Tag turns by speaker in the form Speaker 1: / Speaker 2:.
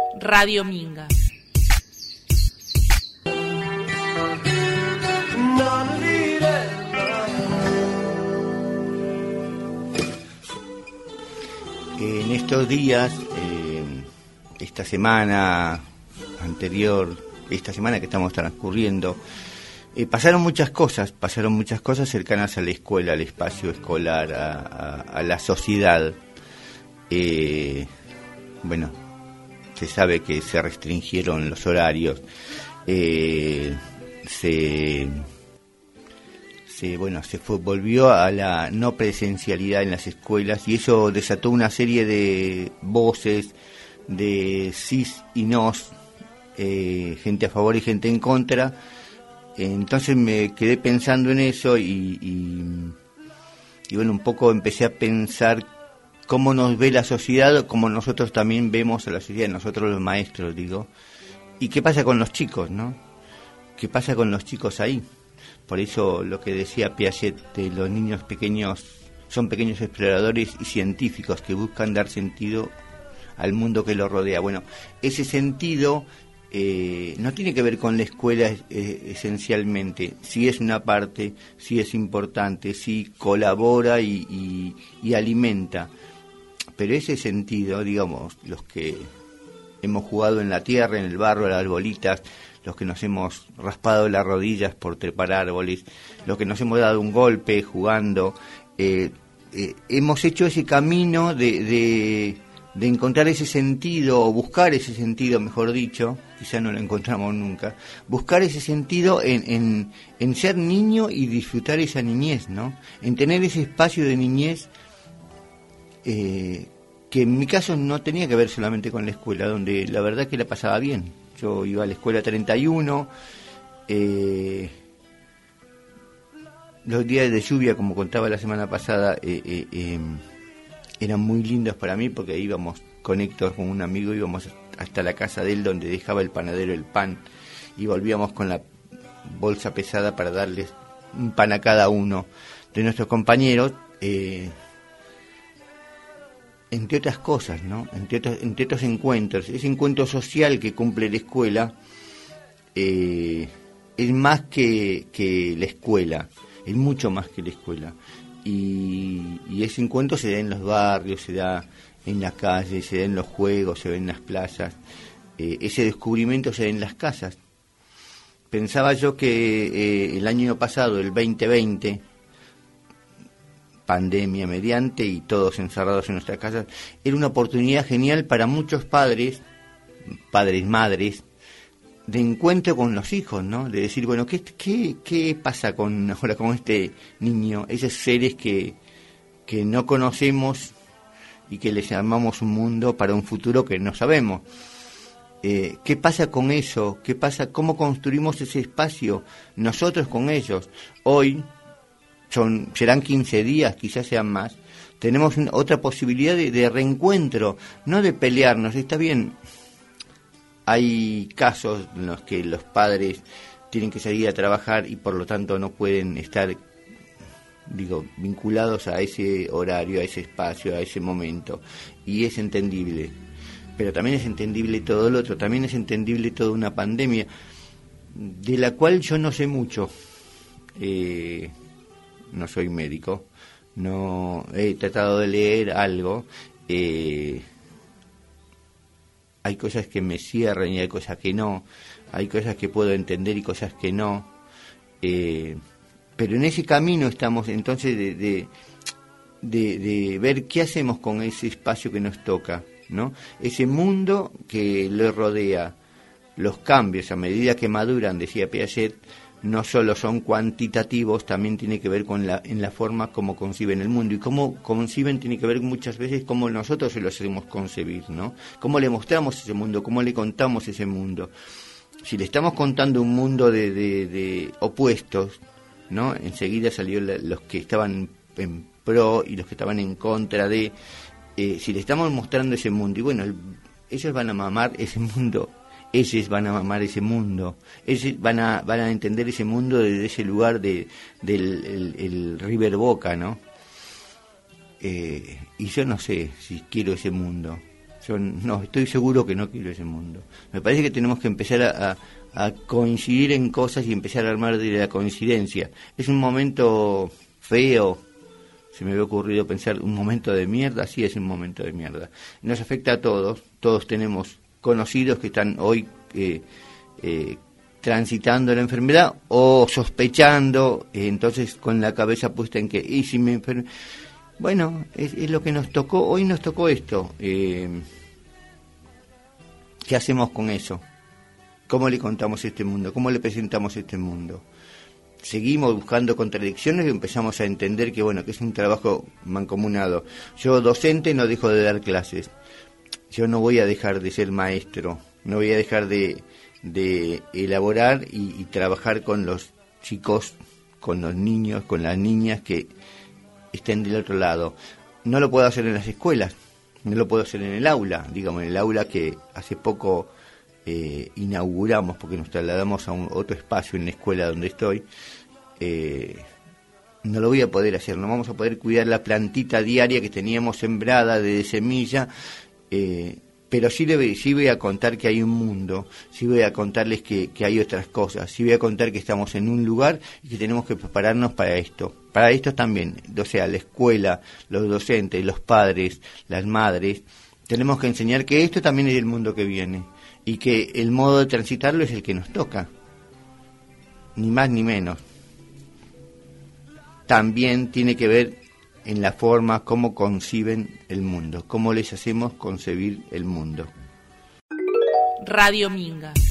Speaker 1: Radio Minga.
Speaker 2: En estos días, esta semana anterior, esta semana que estamos transcurriendo, pasaron muchas cosas cercanas a la escuela, al espacio escolar, a la sociedad. Bueno, se sabe que se restringieron los horarios, volvió a la no presencialidad en las escuelas, y eso desató una serie de voces de sís y nos, gente a favor y gente en contra. Entonces me quedé pensando en eso y bueno, un poco empecé a pensar cómo nos ve la sociedad, cómo nosotros también vemos a la sociedad, nosotros los maestros, digo, y qué pasa con los chicos, ¿no? ¿Qué pasa con los chicos ahí? Por eso lo que decía Piaget, de los niños pequeños son pequeños exploradores y científicos que buscan dar sentido al mundo que los rodea. Bueno, ese sentido no tiene que ver con la escuela esencialmente. Sí es una parte, sí es importante, sí colabora y alimenta. Pero ese sentido, digamos, los que hemos jugado en la tierra, en el barro, en las bolitas, los que nos hemos raspado las rodillas por trepar árboles, los que nos hemos dado un golpe jugando, hemos hecho ese camino de encontrar ese sentido, o buscar ese sentido, mejor dicho, quizá no lo encontramos nunca, buscar ese sentido en ser niño y disfrutar esa niñez, ¿no? En tener ese espacio de niñez que en mi caso no tenía que ver solamente con la escuela, donde la verdad que la pasaba bien. Yo iba a la escuela 31, los días de lluvia, como contaba la semana pasada, eran muy lindos para mí, porque íbamos con Héctor, con un amigo, íbamos hasta la casa de él donde dejaba el panadero el pan, y volvíamos con la bolsa pesada para darles un pan a cada uno de nuestros compañeros, entre otras cosas, ¿no? Entre otros encuentros. Ese encuentro social que cumple la escuela es más que la escuela, es mucho más que la escuela. Y ese encuentro se da en los barrios, se da en la calle, se da en los juegos, se da en las plazas. Ese descubrimiento se da en las casas. Pensaba yo que el año pasado, el 2020, pandemia mediante y todos encerrados en nuestras casas, era una oportunidad genial para muchos padres, madres, de encuentro con los hijos, ¿no? De decir, bueno, ¿qué pasa ahora con este niño? Esos seres que no conocemos y que les llamamos un mundo para un futuro que no sabemos. ¿Qué pasa con eso? ¿Qué pasa? ¿Cómo construimos ese espacio nosotros con ellos? Hoy serán 15 días, quizás sean más. Tenemos otra posibilidad de reencuentro, no de pelearnos. Está bien, hay casos en los que los padres tienen que salir a trabajar y por lo tanto no pueden estar, vinculados a ese horario, a ese espacio, a ese momento, y es entendible. Pero también es entendible todo lo otro, también es entendible toda una pandemia, de la cual yo no sé mucho. No soy médico, no he tratado de leer algo, hay cosas que me cierran y hay cosas que no, hay cosas que puedo entender y cosas que no, pero en ese camino estamos entonces de ver qué hacemos con ese espacio que nos toca, ¿no? Ese mundo que le rodea. Los cambios a medida que maduran, decía Piaget, no solo son cuantitativos, también tiene que ver en la forma como conciben el mundo, y cómo conciben tiene que ver muchas veces cómo nosotros se lo hacemos concebir, ¿no? Cómo le mostramos ese mundo, cómo le contamos ese mundo. Si le estamos contando un mundo de opuestos, ¿no? Enseguida salió los que estaban en pro y los que estaban en contra de. Si le estamos mostrando ese mundo, y bueno, ellos van a mamar ese mundo. Ellos van a amar ese mundo, ellos van a entender ese mundo desde ese lugar del River Boca, ¿no? Y yo no sé si quiero ese mundo, Yo no, estoy seguro que no quiero ese mundo. Me parece que tenemos que empezar a coincidir en cosas y empezar a armar de la coincidencia. Es un momento feo, se me había ocurrido pensar, un momento de mierda, sí es un momento de mierda. Nos afecta a todos tenemos conocidos que están hoy transitando la enfermedad o sospechando, entonces con la cabeza puesta en que, ¿y si me enfermo? Bueno, es lo que nos tocó, hoy nos tocó esto. ¿Qué hacemos con eso? ¿Cómo le contamos este mundo? ¿Cómo le presentamos este mundo? Seguimos buscando contradicciones y empezamos a entender que, bueno, que es un trabajo mancomunado. Yo, docente, no dejo de dar clases. Yo no voy a dejar de ser maestro. No voy a dejar de elaborar y trabajar con los chicos, con los niños, con las niñas que estén del otro lado. No lo puedo hacer en las escuelas, no lo puedo hacer en el aula, digamos, en el aula que hace poco inauguramos, porque nos trasladamos a otro espacio en la escuela donde estoy. No lo voy a poder hacer, no vamos a poder cuidar la plantita diaria que teníamos sembrada de semilla, pero sí voy a contar que hay un mundo, sí voy a contarles que hay otras cosas, sí voy a contar que estamos en un lugar y que tenemos que prepararnos para esto también, o sea, la escuela, los docentes, los padres, las madres, tenemos que enseñar que esto también es el mundo que viene y que el modo de transitarlo es el que nos toca, ni más ni menos. También tiene que ver en la forma como conciben el mundo, cómo les hacemos concebir el mundo.
Speaker 1: Radio Minga.